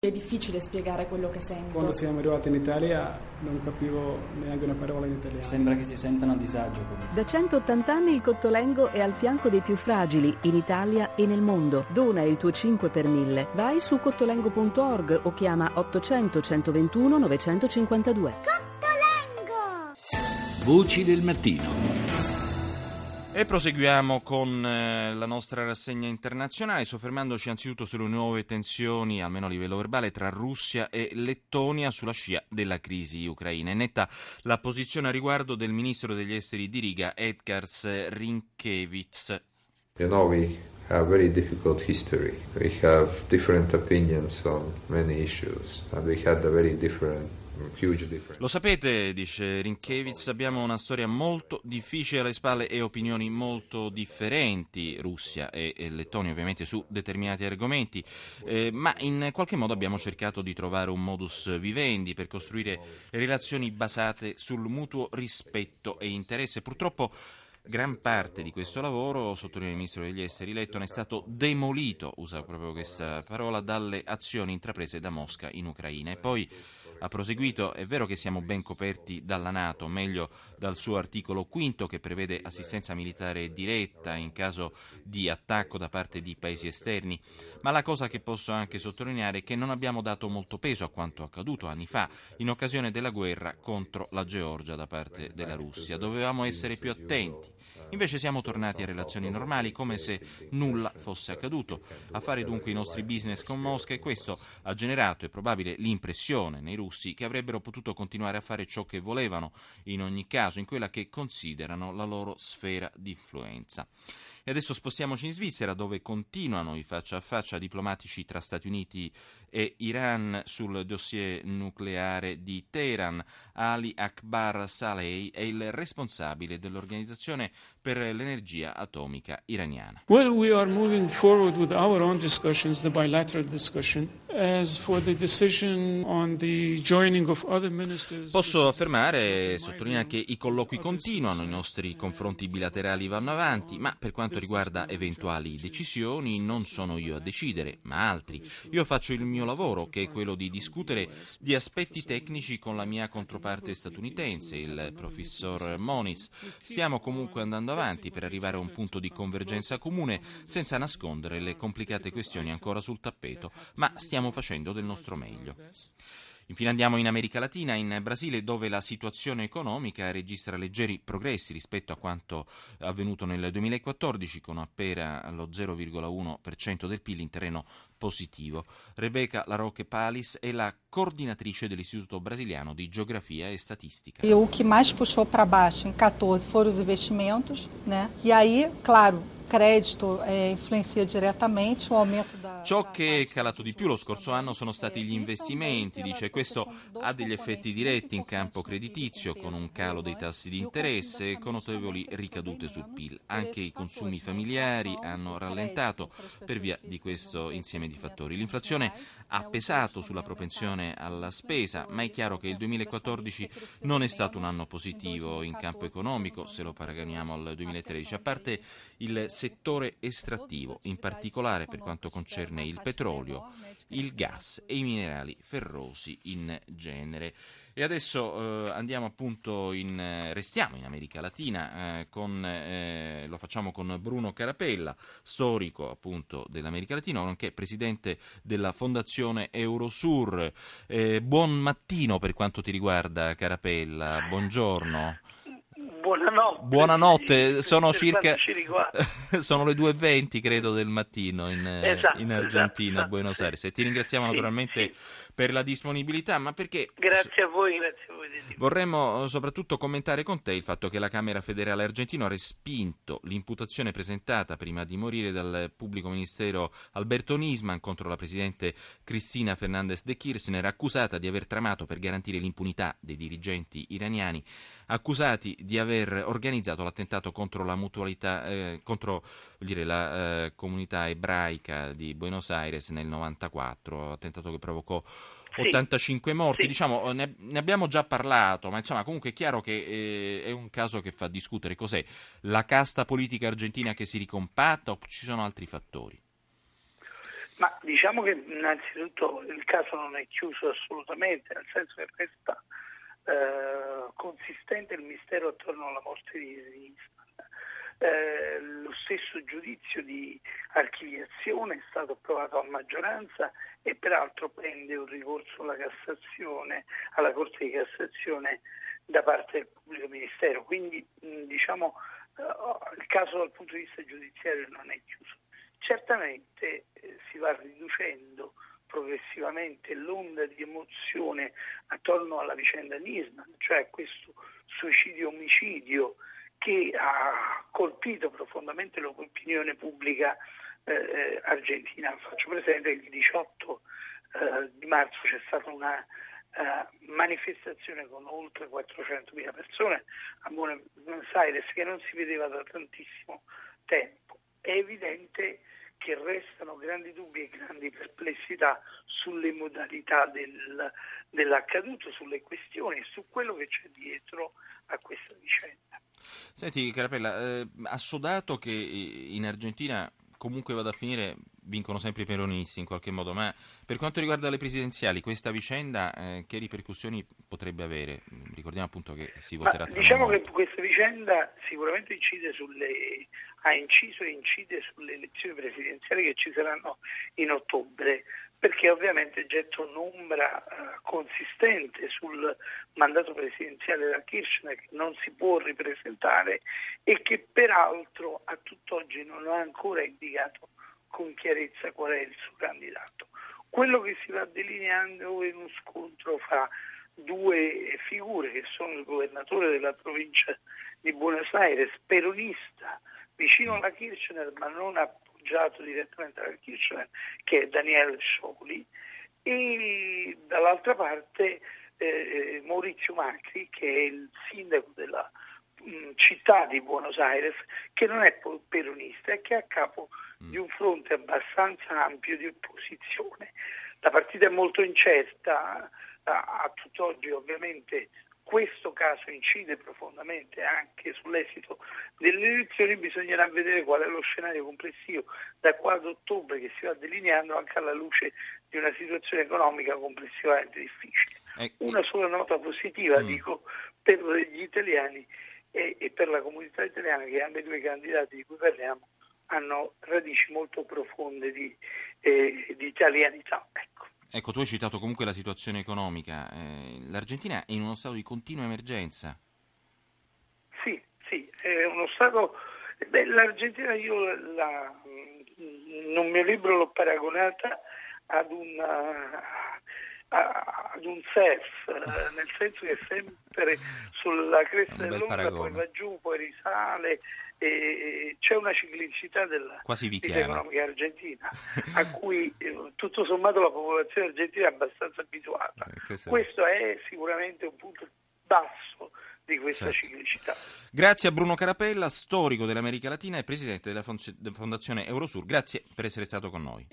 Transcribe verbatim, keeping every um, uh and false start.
È difficile spiegare quello che sento. Quando siamo arrivati in Italia non capivo neanche una parola in italiano. Sembra che si sentano a disagio. Da centottanta anni il Cottolengo è al fianco dei più fragili in Italia e nel mondo. Dona il tuo cinque per mille. Vai su cottolengo punto org o chiama ottocento centoventuno novecentocinquantadue. Cottolengo! Voci del mattino. E proseguiamo con eh, la nostra rassegna internazionale, soffermandoci anzitutto sulle nuove tensioni, almeno a livello verbale, tra Russia e Lettonia sulla scia della crisi ucraina. È netta la posizione a riguardo del ministro degli esteri di Riga, Edgars Rinkēvičs. You know, we have very difficult history. We have different opinions on many issues, and we had a very different. Lo sapete, dice Rinkēvičs, abbiamo una storia molto difficile alle spalle e opinioni molto differenti, Russia e, e Lettonia ovviamente su determinati argomenti, eh, ma in qualche modo abbiamo cercato di trovare un modus vivendi per costruire relazioni basate sul mutuo rispetto e interesse. Purtroppo gran parte di questo lavoro, sottolinea il ministro degli esteri lettone, è stato demolito, usa proprio questa parola, dalle azioni intraprese da Mosca in Ucraina. E poi ha proseguito: è vero che siamo ben coperti dalla NATO, meglio dal suo articolo quinto che prevede assistenza militare diretta in caso di attacco da parte di paesi esterni, ma la cosa che posso anche sottolineare è che non abbiamo dato molto peso a quanto accaduto anni fa in occasione della guerra contro la Georgia da parte della Russia. Dovevamo essere più attenti. Invece siamo tornati a relazioni normali come se nulla fosse accaduto, a fare dunque i nostri business con Mosca, e questo ha generato, è probabile, l'impressione nei russi che avrebbero potuto continuare a fare ciò che volevano, in ogni caso in quella che considerano la loro sfera di influenza. E adesso spostiamoci in Svizzera, dove continuano i faccia a faccia diplomatici tra Stati Uniti e Iran sul dossier nucleare di Teheran. Ali Akbar Saleh è il responsabile dell'Organizzazione per l'Energia Atomica iraniana. Well, we are moving forward with our own discussions, the bilateral discussion. As for the decision on the joining of other ministers. Posso affermare, sottolinea, che i colloqui continuano, i nostri confronti bilaterali vanno avanti, ma per quanto riguarda eventuali decisioni non sono io a decidere, ma altri. Io faccio il mio lavoro, che è quello di discutere di aspetti tecnici con la mia controparte statunitense, il professor Moniz. Stiamo comunque andando avanti per arrivare a un punto di convergenza comune, senza nascondere le complicate questioni ancora sul tappeto, ma stiamo facendo del nostro meglio. Infine andiamo in America Latina, in Brasile, dove la situazione economica registra leggeri progressi rispetto a quanto avvenuto nel duemilaquattordici, con appena lo zero virgola uno per cento del P I L in terreno positivo. Rebecca Larocque Palis è la coordinatrice dell'Istituto Brasiliano di Geografia e Statistica. E o que mais puxou para baixo em quatorze foram os investimentos, né? E aí, claro, credito eh, influencia direttamente o aumento da. Ciò che è calato di più lo scorso anno sono stati gli investimenti, dice. Questo ha degli effetti diretti in campo creditizio, con un calo dei tassi di interesse e con notevoli ricadute sul P I L. Anche i consumi familiari hanno rallentato per via di questo insieme di fattori. L'inflazione ha pesato sulla propensione alla spesa, ma è chiaro che il duemilaquattordici non è stato un anno positivo in campo economico se lo paragoniamo al duemilatredici, a parte il settore estrattivo, in particolare per quanto concerne il petrolio, il gas e i minerali ferrosi in genere. E adesso eh, andiamo appunto in eh, restiamo in America Latina, eh, con, eh, lo facciamo con Bruno Carapella, storico appunto dell'America Latina, nonché presidente della Fondazione Eurosur. Eh, buon mattino per quanto ti riguarda, Carapella, buongiorno. Buonanotte. Buonanotte, sono circa sono le due e venti credo del mattino in, esatto, in Argentina, esatto, a Buenos sì. Aires. E ti ringraziamo sì, naturalmente sì. per la disponibilità, ma perché grazie a voi, grazie a voi. Vorremmo soprattutto commentare con te il fatto che la Camera federale argentina ha respinto l'imputazione presentata prima di morire dal pubblico ministero Alberto Nisman contro la presidente Cristina Fernández de Kirchner, accusata di aver tramato per garantire l'impunità dei dirigenti iraniani, accusati di aver organizzato l'attentato contro la mutualità, eh, contro voglio dire, la eh, comunità ebraica di Buenos Aires nel novantaquattro, attentato che provocò ottantacinque morti. Sì. Diciamo, ne, ne abbiamo già parlato, ma insomma comunque è chiaro che eh, è un caso che fa discutere. Cos'è? La casta politica argentina che si ricompatta o ci sono altri fattori? Ma diciamo che innanzitutto il caso non è chiuso assolutamente, nel senso che resta eh, consistente il mistero attorno alla morte di Nisman. Eh, lo stesso giudizio di archiviazione è stato approvato a maggioranza e peraltro pende un ricorso alla Cassazione, alla Corte di Cassazione da parte del pubblico ministero. Quindi mh, diciamo eh, il caso dal punto di vista giudiziario non è chiuso. Certamente eh, si va riducendo progressivamente l'onda di emozione attorno alla vicenda Nisman, cioè questo suicidio-omicidio che ha colpito profondamente l'opinione pubblica eh, argentina. Faccio presente che il diciotto eh, di marzo c'è stata una eh, manifestazione con oltre quattrocentomila persone a Buenos Aires che non si vedeva da tantissimo tempo. È evidente che restano grandi dubbi e grandi perplessità sulle modalità del, dell'accaduto, sulle questioni e su quello che c'è dietro a questa vicenda. Senti Carapella, eh, assodato che in Argentina comunque vada a finire, vincono sempre i peronisti in qualche modo, ma per quanto riguarda le presidenziali, questa vicenda eh, che ripercussioni potrebbe avere? Ricordiamo appunto che si voterà tra Diciamo noi. che questa vicenda sicuramente incide sulle, ha inciso e incide sulle elezioni presidenziali che ci saranno in ottobre, perché ovviamente getta un'ombra eh, consistente sul mandato presidenziale della Kirchner che non si può ripresentare e che peraltro a tutt'oggi non ha ancora indicato con chiarezza qual è il suo candidato. Quello che si va delineando è uno scontro fra due figure che sono il governatore della provincia di Buenos Aires, peronista, vicino alla Kirchner ma non appoggiato direttamente dalla Kirchner, che è Daniel Scioli, e dall'altra parte eh, Maurizio Macri, che è il sindaco della mh, città di Buenos Aires, che non è peronista e che è a capo di un fronte abbastanza ampio di opposizione. La partita è molto incerta, a, a tutt'oggi ovviamente questo caso incide profondamente anche sull'esito delle elezioni, bisognerà vedere qual è lo scenario complessivo da qua ad ottobre che si va delineando anche alla luce di una situazione economica complessivamente difficile. Una sola nota positiva, mm. dico, per gli italiani e, e per la comunità italiana, che ambedue i candidati di cui parliamo hanno radici molto profonde di, eh, di italianità. Ecco. Ecco, tu hai citato comunque la situazione economica. Eh, L'Argentina è in uno stato di continua emergenza. Sì, sì, è uno stato... Beh, l'Argentina io la, nel mio libro l'ho paragonata ad una... ad un surf, nel senso che è sempre sulla cresta dell'onda, poi va giù, poi risale, e c'è una ciclicità della vita economica argentina a cui eh, tutto sommato la popolazione argentina è abbastanza abituata. Eh, questo, questo è sicuramente un punto basso di questa certo. ciclicità. Grazie a Bruno Carapella, storico dell'America Latina e presidente della Fondazione Eurosur. Grazie per essere stato con noi.